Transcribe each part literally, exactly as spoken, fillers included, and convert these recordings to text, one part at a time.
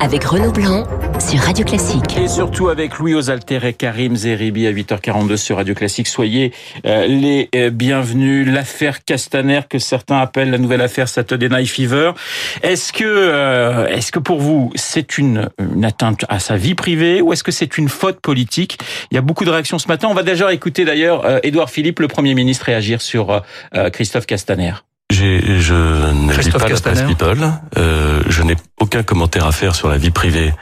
avec Renaud Blanc sur Radio Classique. Et surtout avec Louis Osalter et Karim Zeribi à huit heures quarante-deux sur Radio Classique. Soyez euh, les euh, bienvenus. L'affaire Castaner, que certains appellent la nouvelle affaire Saturday Night Fever. Est-ce que, euh, est-ce que pour vous, c'est une, une atteinte à sa vie privée ou est-ce que c'est une faute politique? Il y a beaucoup de réactions ce matin. On va déjà écouter d'ailleurs euh, Édouard Philippe, le Premier ministre, réagir sur euh, Christophe Castaner. J'ai, je ne lis pas Castaner. la presse People. Euh, je n'ai aucun commentaire à faire sur la vie privée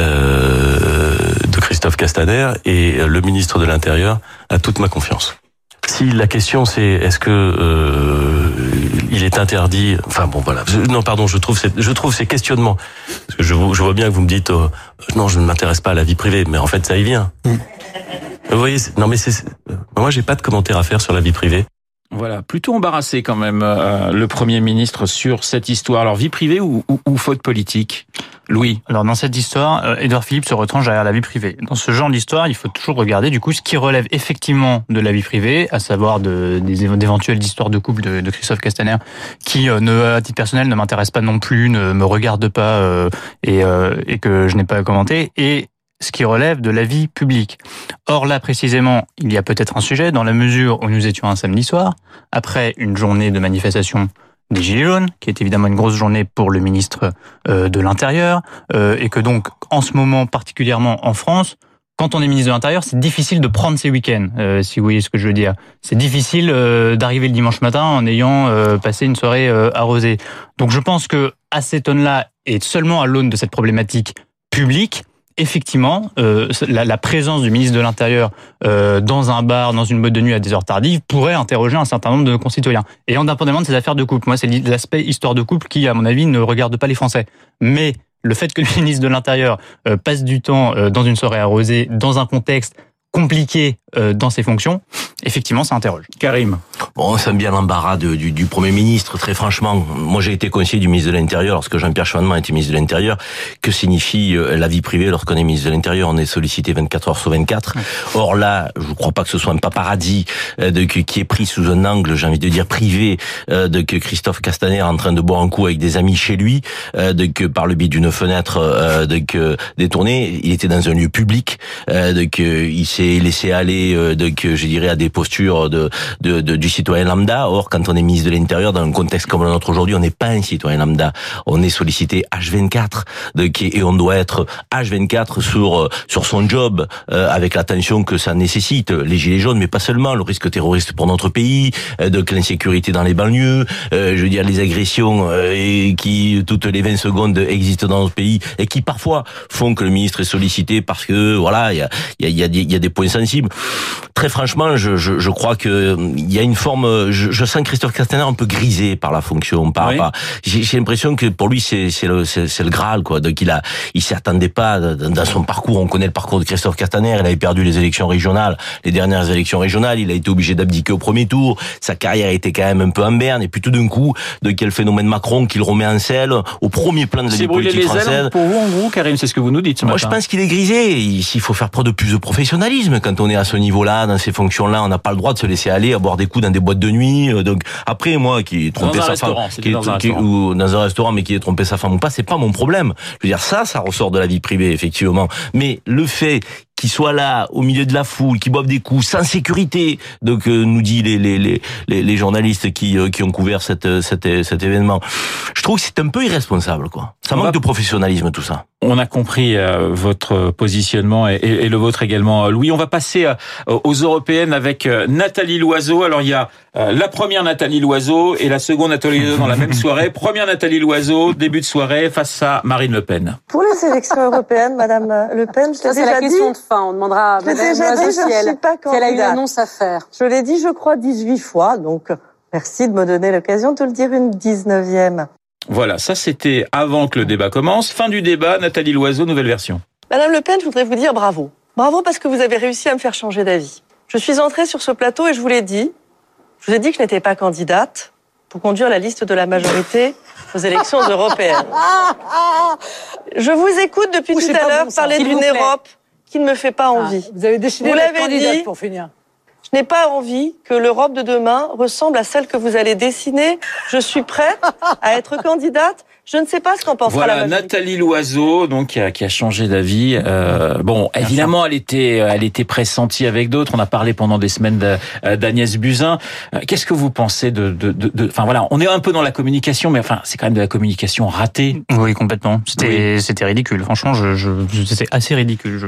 euh, de Christophe Castaner et le ministre de l'Intérieur a toute ma confiance. Si la question c'est est-ce que euh, il est interdit, enfin bon voilà, je, non pardon, je trouve ces, je trouve ces questionnements. Parce que je, je vois bien que vous me dites euh, non, je ne m'intéresse pas à la vie privée, mais en fait ça y vient. Mm. Vous voyez, non mais c'est, moi j'ai pas de commentaire à faire sur la vie privée. Voilà, plutôt embarrassé quand même euh, le Premier ministre sur cette histoire. Alors vie privée ou, ou, ou faute politique, Louis? Alors dans cette histoire, euh, Édouard Philippe se retranche derrière la vie privée. Dans ce genre d'histoire, il faut toujours regarder du coup ce qui relève effectivement de la vie privée, à savoir de, des d'éventuelles histoires de couple de, de Christophe Castaner, qui euh, ne, à titre personnel ne m'intéresse pas non plus, ne me regarde pas euh, et, euh, et que je n'ai pas à commenter. Et ce qui relève de la vie publique. Or là, précisément, il y a peut-être un sujet, dans la mesure où nous étions un samedi soir, après une journée de manifestation des Gilets jaunes, qui est évidemment une grosse journée pour le ministre euh, de l'Intérieur, euh, et que donc, en ce moment, particulièrement en France, quand on est ministre de l'Intérieur, c'est difficile de prendre ses week-ends, euh, si vous voyez ce que je veux dire. C'est difficile euh, d'arriver le dimanche matin en ayant euh, passé une soirée euh, arrosée. Donc je pense que à cet aune-là, et seulement à l'aune de cette problématique publique, effectivement, euh, la, la présence du ministre de l'Intérieur euh, dans un bar, dans une boîte de nuit à des heures tardives, pourrait interroger un certain nombre de concitoyens. Et indépendamment de ces affaires de couple, moi, c'est l'aspect histoire de couple qui, à mon avis, ne regarde pas les Français. Mais le fait que le ministre de l'Intérieur euh, passe du temps euh, dans une soirée arrosée, dans un contexte compliqué euh, dans ses fonctions, effectivement, ça interroge. Karim. Bon, on sent bien l'embarras de, du, du Premier ministre, très franchement. Moi, j'ai été conseiller du ministre de l'Intérieur lorsque Jean-Pierre Chevènement était ministre de l'Intérieur. Que signifie euh, la vie privée lorsqu'on est ministre de l'Intérieur? On est sollicité vingt-quatre heures sur vingt-quatre. Or là, je ne crois pas que ce soit un paparazzi euh, de, qui est pris sous un angle, j'ai envie de dire, privé, euh, de que Christophe Castaner en train de boire un coup avec des amis chez lui, euh, de que par le biais d'une fenêtre euh, de que détournée, il était dans un lieu public, euh, de que il s'est laissé aller, euh, de que je dirais à des postures de, de, de du citoyen lambda. Or, quand on est ministre de l'Intérieur, dans un contexte comme le nôtre aujourd'hui, on n'est pas un citoyen lambda. On est sollicité H vingt-quatre, de, et on doit être H vingt-quatre sur sur son job, euh, avec l'attention que ça nécessite. Les gilets jaunes, mais pas seulement, le risque terroriste pour notre pays, euh, de l'insécurité dans les banlieues, euh, je veux dire les agressions euh, et qui toutes les vingt secondes existent dans notre pays et qui parfois font que le ministre est sollicité parce que voilà, il y a il y a il y a des, il y a des points sensibles. Très franchement, je je, je crois que il y a une forme, je, je sens Christophe Castaner un peu grisé par la fonction, par, oui. par j'ai, j'ai l'impression que pour lui c'est c'est le c'est, c'est le Graal quoi. Donc il a il s'y attendait pas dans son parcours. On connaît le parcours de Christophe Castaner. Il avait perdu les élections régionales, les dernières élections régionales. Il a été obligé d'abdiquer au premier tour. Sa carrière était quand même un peu en berne. Et puis tout d'un coup, de quel phénomène Macron qu'il remet en selle au premier plan de la vie politique française. C'est brûler les ailes pour vous, en gros, Karim, c'est ce que vous nous dites ce Moi, matin. je pense qu'il est grisé. Ici, il faut faire preuve de plus de professionnalisme quand on est à ce niveau-là, dans ces fonctions-là. On n'a pas le droit de se laisser aller à boire des coups dans des boîtes de nuit. Donc après, moi, qui ai trompé sa femme, qui est, dans un qui, ou dans un restaurant, mais qui ait trompé sa femme ou pas, c'est pas mon problème. Je veux dire, ça, ça ressort de la vie privée, effectivement. Mais le fait qu'il soit là, au milieu de la foule, qui boivent des coups, sans sécurité, donc euh, nous dit les les les les journalistes qui euh, qui ont couvert cette cette cet événement. Je trouve que c'est un peu irresponsable, quoi. Ça manque de professionnalisme, tout ça. On a compris euh, votre positionnement et, et, et le vôtre également, Louis. On va passer euh, aux européennes avec euh, Nathalie Loiseau. Alors il y a euh, la première Nathalie Loiseau et la seconde Nathalie Loiseau dans la même soirée. Première Nathalie Loiseau, début de soirée face à Marine Le Pen. Pour les élections européennes, Madame Le Pen, je l'ai déjà la dit. question de fin. On demandera à Je l'ai Madame déjà dit, Loiseau je si elle, ne suis pas si elle a une candidate. annonce à faire. Je l'ai dit, je crois, dix-huit fois. Donc, merci de me donner l'occasion de le dire une dix-neuvième. Voilà, ça c'était avant que le débat commence. Fin du débat, Nathalie Loiseau, nouvelle version. Madame Le Pen, je voudrais vous dire bravo. Bravo parce que vous avez réussi à me faire changer d'avis. Je suis entrée sur ce plateau et je vous l'ai dit. Je vous ai dit que je n'étais pas candidate pour conduire la liste de la majorité aux élections européennes. Je vous écoute depuis Ou tout c'est à pas l'heure bon, ça. parler S'il d'une vous plaît. Europe qui ne me fait pas envie. Ah, vous avez décidé Vous d'être l'avez candidate dit. pour finir. Je n'ai pas envie que l'Europe de demain ressemble à celle que vous allez dessiner. Je suis prête à être candidate. Je ne sais pas ce qu'en pensera voilà, la majorité. Nathalie Loiseau, donc qui a, qui a changé d'avis. Euh, bon, évidemment, elle était, elle était pressentie avec d'autres. On a parlé pendant des semaines d'Agnès Buzyn. Qu'est-ce que vous pensez de, de, de, de, enfin voilà, on est un peu dans la communication, mais enfin, c'est quand même de la communication ratée. Oui, complètement. C'était, oui. c'était ridicule. Franchement, je, je, c'est assez ridicule. Je,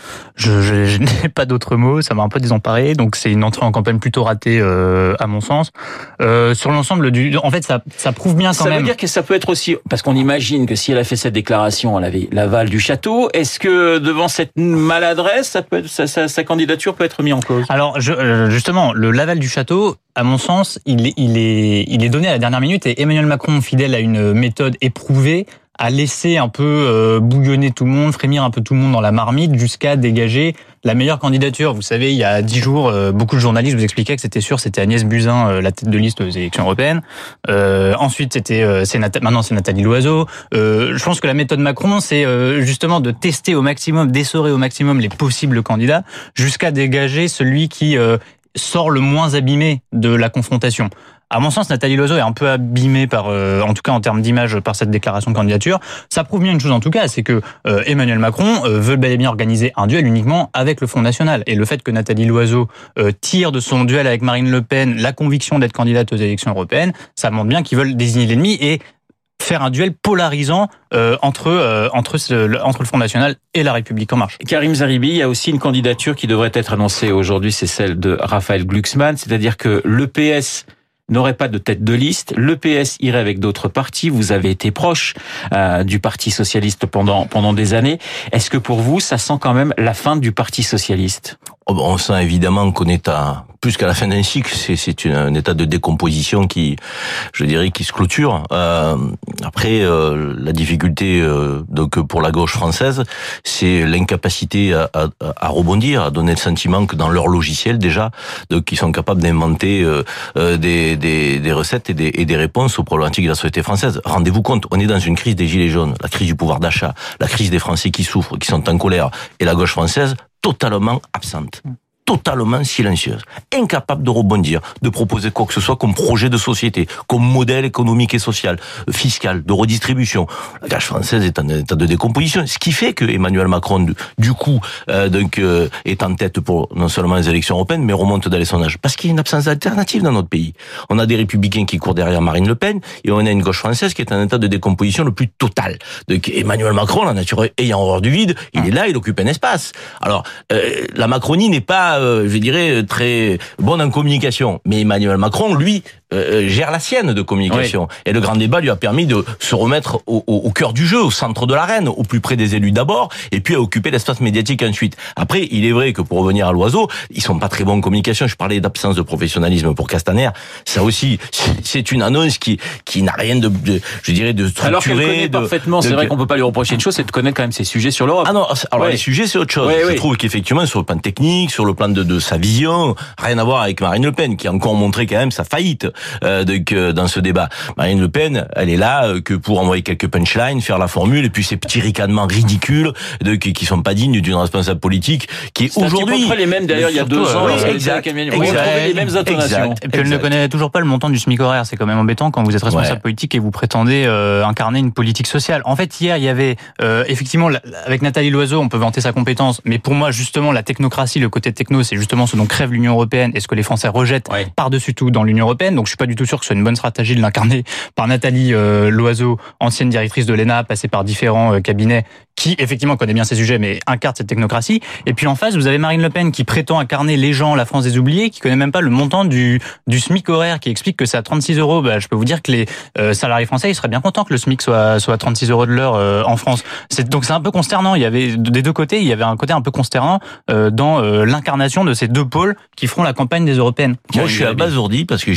je, je, je n'ai pas d'autres mots. Ça m'a un peu désemparé. Donc, c'est une entrée en campagne plutôt ratée, euh, à mon sens. Euh, sur l'ensemble du, en fait, ça, ça prouve bien quand ça même. Ça veut dire que ça peut être aussi. Parce qu'on imagine que si elle a fait cette déclaration, elle avait l'aval du château. Est-ce que devant cette maladresse, ça peut être, sa, sa, sa candidature peut être mise en cause? Alors je, justement, le l'aval du château, à mon sens, il est, il est, il est donné à la dernière minute. Et Emmanuel Macron, fidèle à une méthode éprouvée, a laissé un peu euh, bouillonner tout le monde, frémir un peu tout le monde dans la marmite, jusqu'à dégager la meilleure candidature. Vous savez, il y a dix jours, euh, beaucoup de journalistes vous expliquaient que c'était sûr, c'était Agnès Buzyn, euh, la tête de liste aux élections européennes. Euh, ensuite, c'était, euh, c'est Nat- maintenant c'est Nathalie Loiseau. Euh, je pense que la méthode Macron, c'est euh, justement de tester au maximum, d'essorer au maximum les possibles candidats, jusqu'à dégager celui qui euh, sort le moins abîmé de la confrontation. À mon sens, Nathalie Loiseau est un peu abîmée par, euh, en tout cas en termes d'image, par cette déclaration de candidature. Ça prouve bien une chose en tout cas, c'est que euh, Emmanuel Macron euh, veut bel et bien organiser un duel uniquement avec le Front National. Et le fait que Nathalie Loiseau euh, tire de son duel avec Marine Le Pen la conviction d'être candidate aux élections européennes, ça montre bien qu'ils veulent désigner l'ennemi et faire un duel polarisant euh, entre euh, entre ce, entre le Front National et la République en marche. Karim Zeribi, il y a aussi une candidature qui devrait être annoncée aujourd'hui, c'est celle de Raphaël Glucksmann, c'est-à-dire que l'E P S n'aurait pas de tête de liste, l'E P S irait avec d'autres partis. Vous avez été proche euh, du Parti socialiste pendant pendant des années. Est-ce que pour vous, ça sent quand même la fin du Parti socialiste? On sent évidemment qu'on est à plus qu'à la fin d'un cycle, c'est c'est une, un état de décomposition qui, je dirais, qui se clôture. Euh, après, euh, la difficulté euh, donc pour la gauche française, c'est l'incapacité à, à, à rebondir, à donner le sentiment que dans leur logiciel déjà, donc ils sont capables d'inventer euh, euh, des, des des recettes et des, et des réponses aux problématiques de la société française. Rendez-vous compte, on est dans une crise des gilets jaunes, la crise du pouvoir d'achat, la crise des Français qui souffrent, qui sont en colère, et la gauche française totalement absente. Totalement silencieuse, incapable de rebondir, de proposer quoi que ce soit comme projet de société, comme modèle économique et social, fiscal, de redistribution. La gauche française est en état de décomposition, ce qui fait que Emmanuel Macron, du coup, euh, donc euh, est en tête pour non seulement les élections européennes, mais remonte dans les sondages, parce qu'il y a une absence d'alternative dans notre pays. On a des républicains qui courent derrière Marine Le Pen, et on a une gauche française qui est en état de décomposition le plus total. Donc Emmanuel Macron, la nature ayant horreur du vide, il est là, il occupe un espace. Alors, euh, la Macronie n'est pas Euh, je dirais, très bonne en communication. Mais Emmanuel Macron, lui, euh, gère la sienne de communication. Oui. Et le grand débat lui a permis de se remettre au, au, au cœur du jeu, au centre de l'arène, au plus près des élus d'abord, et puis à occuper l'espace médiatique ensuite. Après, il est vrai que pour revenir à Loiseau, ils sont pas très bons en communication. Je parlais d'absence de professionnalisme pour Castaner. Ça aussi, c'est une annonce qui qui n'a rien de, de, je dirais, de structuré. Alors qu'elle connaît de, parfaitement, c'est vrai qu'on peut pas lui reprocher une chose, c'est de connaître quand même ses sujets sur l'Europe. Ah non, alors ouais. les sujets, c'est autre chose. Ouais, je ouais. trouve qu'effectivement, sur le plan technique, sur le plan de, de sa vision, rien à voir avec Marine Le Pen, qui a encore montré quand même sa faillite euh, donc, euh, dans ce débat. Marine Le Pen, elle est là euh, que pour envoyer quelques punchlines, faire la formule, et puis ces petits ricanements ridicules de, qui, qui sont pas dignes d'une responsable politique, qui est aujourd'hui... C'est les mêmes d'ailleurs il y a deux ans. Oui, exact, exact, on retrouvait les mêmes intonations. Et puis elle ne connaît toujours pas le montant du SMIC horaire. C'est quand même embêtant quand vous êtes responsable ouais. politique et vous prétendez euh, incarner une politique sociale. En fait, hier, il y avait euh, effectivement, avec Nathalie Loiseau, on peut vanter sa compétence, mais pour moi, justement, la technocratie, le côté techno, c'est justement ce dont crève l'Union européenne et ce que les Français rejettent ouais. par-dessus tout dans l'Union européenne. Donc, je suis pas du tout sûr que ce soit une bonne stratégie de l'incarner par Nathalie euh, Loiseau, ancienne directrice de l'E N A, passée par différents euh, cabinets, qui effectivement connaît bien ces sujets, mais incarne cette technocratie. Et puis en face, vous avez Marine Le Pen qui prétend incarner les gens, la France des oubliés, qui connaît même pas le montant du du SMIC horaire, qui explique que c'est à trente-six euros. Bah, je peux vous dire que les euh, salariés français, ils seraient bien contents que le SMIC soit soit à trente-six euros de l'heure euh, en France. C'est donc c'est un peu consternant. Il y avait des deux côtés, il y avait un côté un peu consternant euh, dans euh, l'incarnation de ces deux pôles qui feront la campagne des européennes. Moi, je suis abasourdi parce que j'ai été parlementaire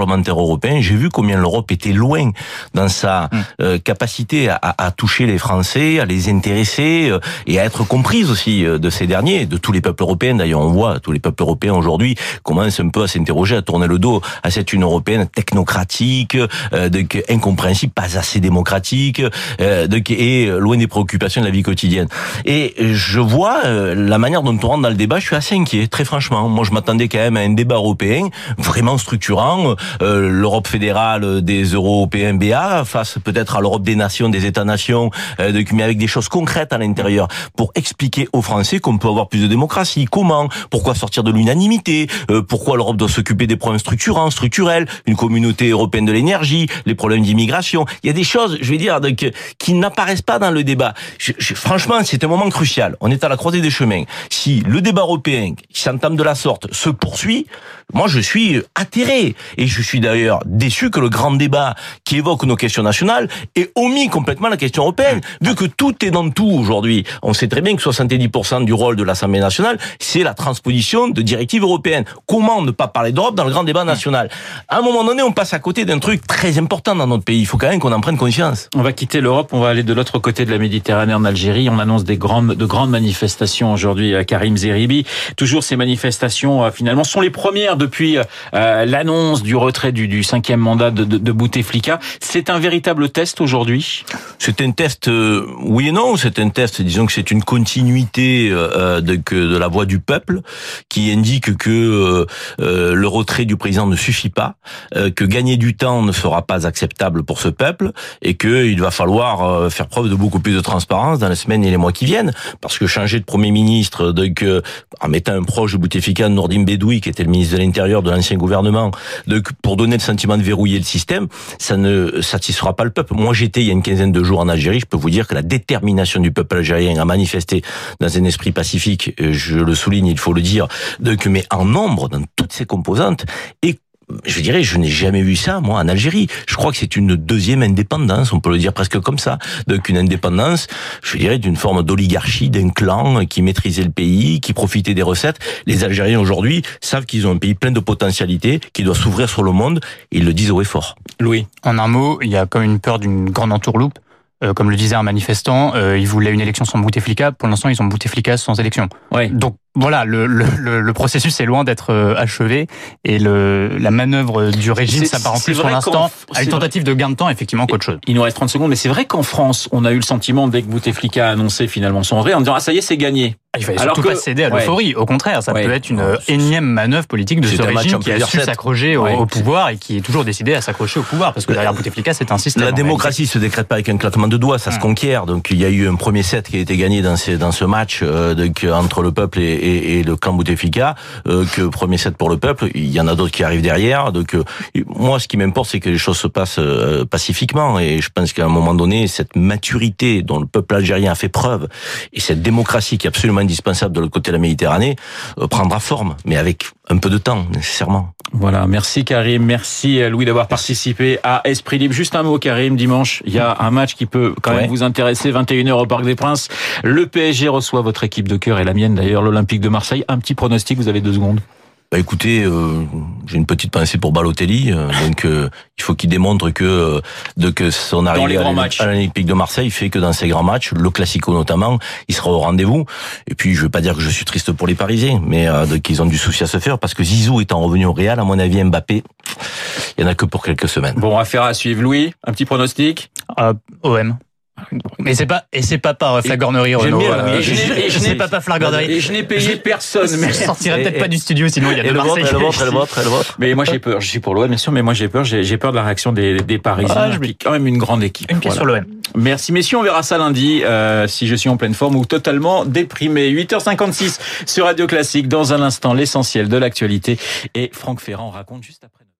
parlementaire européen, j'ai vu combien l'Europe était loin dans sa euh, capacité à, à toucher les Français, à les intéresser euh, et à être comprise aussi euh, de ces derniers, de tous les peuples européens. D'ailleurs, on voit tous les peuples européens aujourd'hui commencent un peu à s'interroger, à tourner le dos à cette Union européenne technocratique, euh, de, incompréhensible, pas assez démocratique, euh, de, et loin des préoccupations de la vie quotidienne. Et je vois euh, la manière dont on rentre dans le débat, je suis assez inquiet, très franchement. Moi, je m'attendais quand même à un débat européen vraiment structurant, euh, l'Europe fédérale des Européens B A face peut-être à l'Europe des nations, des États-nations, euh, de, mais avec des choses concrètes à l'intérieur pour expliquer aux Français qu'on peut avoir plus de démocratie. Comment ? Pourquoi sortir de l'unanimité ? euh, Pourquoi l'Europe doit s'occuper des problèmes structurants, structurels, une communauté européenne de l'énergie, les problèmes d'immigration. Il y a des choses, je vais dire, donc, qui n'apparaissent pas dans le débat. Je, je, franchement, c'est un moment crucial. On est à la croisée des chemins. Si le débat européen qui s'entame de la sorte se poursuit, moi je suis atterré. Et je suis d'ailleurs déçu que le grand débat qui évoque nos questions nationales ait omis complètement la question européenne. Vu que tout est dans tout aujourd'hui. On sait très bien que soixante-dix pour cent du rôle de l'Assemblée nationale, c'est la transposition de directives européennes. Comment ne pas parler d'Europe dans le grand débat national ? À un moment donné, on passe à côté d'un truc très important dans notre pays. Il faut quand même qu'on en prenne conscience. On va quitter l'Europe, on va aller de l'autre côté de la Méditerranée, en Algérie. On annonce des grandes, de grandes manifestations aujourd'hui à Karim Zeribi. Toujours ces manifestations, finalement, sont les premières depuis euh, l'annonce du retrait du, du cinquième mandat de, de, de Bouteflika. C'est un véritable test aujourd'hui ? C'est un test, euh, oui et non. C'est un test, disons que c'est une continuité euh, de, que, de la voix du peuple qui indique que euh, euh, le retrait du président ne suffit pas, euh, que gagner du temps ne sera pas acceptable pour ce peuple et qu'il va falloir euh, faire preuve de beaucoup plus de transparence dans les semaines et les mois qui viennent. Parce que changer de Premier ministre, donc, euh, en mettant un proche de Bouteflika, Nourdine Bedoui, qui était le ministre de l'Intérieur de l'ancien gouvernement, donc, pour donner le sentiment de verrouiller le système, ça ne satisfera pas le peuple. Moi, j'étais il y a une quinzaine de jours en Algérie, je peux vous dire que la détermination du peuple algérien à manifester dans un esprit pacifique, je le souligne, il faut le dire, donc, mais en nombre, dans toutes ses composantes, et je dirais, je n'ai jamais vu ça, moi, en Algérie. Je crois que c'est une deuxième indépendance, on peut le dire presque comme ça. Donc une indépendance, je dirais, d'une forme d'oligarchie, d'un clan qui maîtrisait le pays, qui profitait des recettes. Les Algériens, aujourd'hui, savent qu'ils ont un pays plein de potentialités, qui doit s'ouvrir sur le monde, et ils le disent haut et fort. Louis. En un mot, il y a comme une peur d'une grande entourloupe. Euh, comme le disait un manifestant, euh, ils voulaient une élection sans Bouteflika. Pour l'instant, ils ont Bouteflika sans élection. Ouais. Donc voilà, le, le, le processus est loin d'être achevé et le, la manœuvre du régime s'apparente plus pour l'instant à une tentative de gain de temps, effectivement, qu'autre chose. Il nous reste trente secondes, mais c'est vrai qu'en France, on a eu le sentiment, dès que Bouteflika a annoncé finalement son retrait, en disant « Ah, ça y est, c'est gagné ». Il fallait surtout pas céder à l'euphorie. Ouais. Au contraire, ça ouais. peut être une ouais. énième manœuvre politique de ce régime qui a su s'accrocher ouais. au pouvoir et qui est toujours décidé à s'accrocher au pouvoir, parce que derrière Bouteflika, c'est un système. La démocratie se décrète pas avec un claquement de doigts, ça hum. se conquiert. Donc il y a eu un premier set qui a été gagné dans, ces, dans ce match euh, donc, entre le peuple et, et, et le camp Bouteflika, euh, que premier set pour le peuple. Il y en a d'autres qui arrivent derrière. Donc euh, moi, ce qui m'importe, c'est que les choses se passent euh, pacifiquement. Et je pense qu'à un moment donné, cette maturité dont le peuple algérien a fait preuve et cette démocratie qui est absolument indispensable de l'autre côté de la Méditerranée euh, prendra forme, mais avec un peu de temps, nécessairement. Voilà, merci Karim, merci Louis d'avoir participé à Esprit Libre. Juste un mot Karim, dimanche, il y a un match qui peut quand ouais. même vous intéresser, vingt et une heures au Parc des Princes. Le P S G reçoit votre équipe de cœur et la mienne d'ailleurs, l'Olympique de Marseille. Un petit pronostic, vous avez deux secondes. Bah écoutez, euh, j'ai une petite pensée pour Balotelli, euh, donc euh, il faut qu'il démontre que euh, de que son arrivée à l'Olympique de Marseille fait que dans ces grands matchs, le Classico notamment, il sera au rendez-vous. Et puis je veux pas dire que je suis triste pour les Parisiens, mais euh, donc ils ont du souci à se faire parce que Zizou étant revenu au Real, à mon avis Mbappé, il y en a que pour quelques semaines. Bon, affaire à suivre. Louis, un petit pronostic. euh, O M. Mais c'est pas, et c'est pas par flagornerie, Renaud. Euh, et je n'ai, je n'ai pas par flagornerie. Et je n'ai payé personne. Mais je sortirai peut-être pas du studio, sinon il y a de Marseille. Le vôtre, le vôtre, le vôtre. Mais moi j'ai peur, je suis pour l'O M bien sûr, mais moi j'ai peur, j'ai, j'ai peur de la réaction des, des Parisiens, ah, qui est quand même une grande équipe. Une pièce voilà. sur l'O M. Merci messieurs, on verra ça lundi, euh, si je suis en pleine forme ou totalement déprimé. huit heures cinquante-six sur Radio Classique, dans un instant, l'essentiel de l'actualité. Et Franck Ferrand raconte juste après.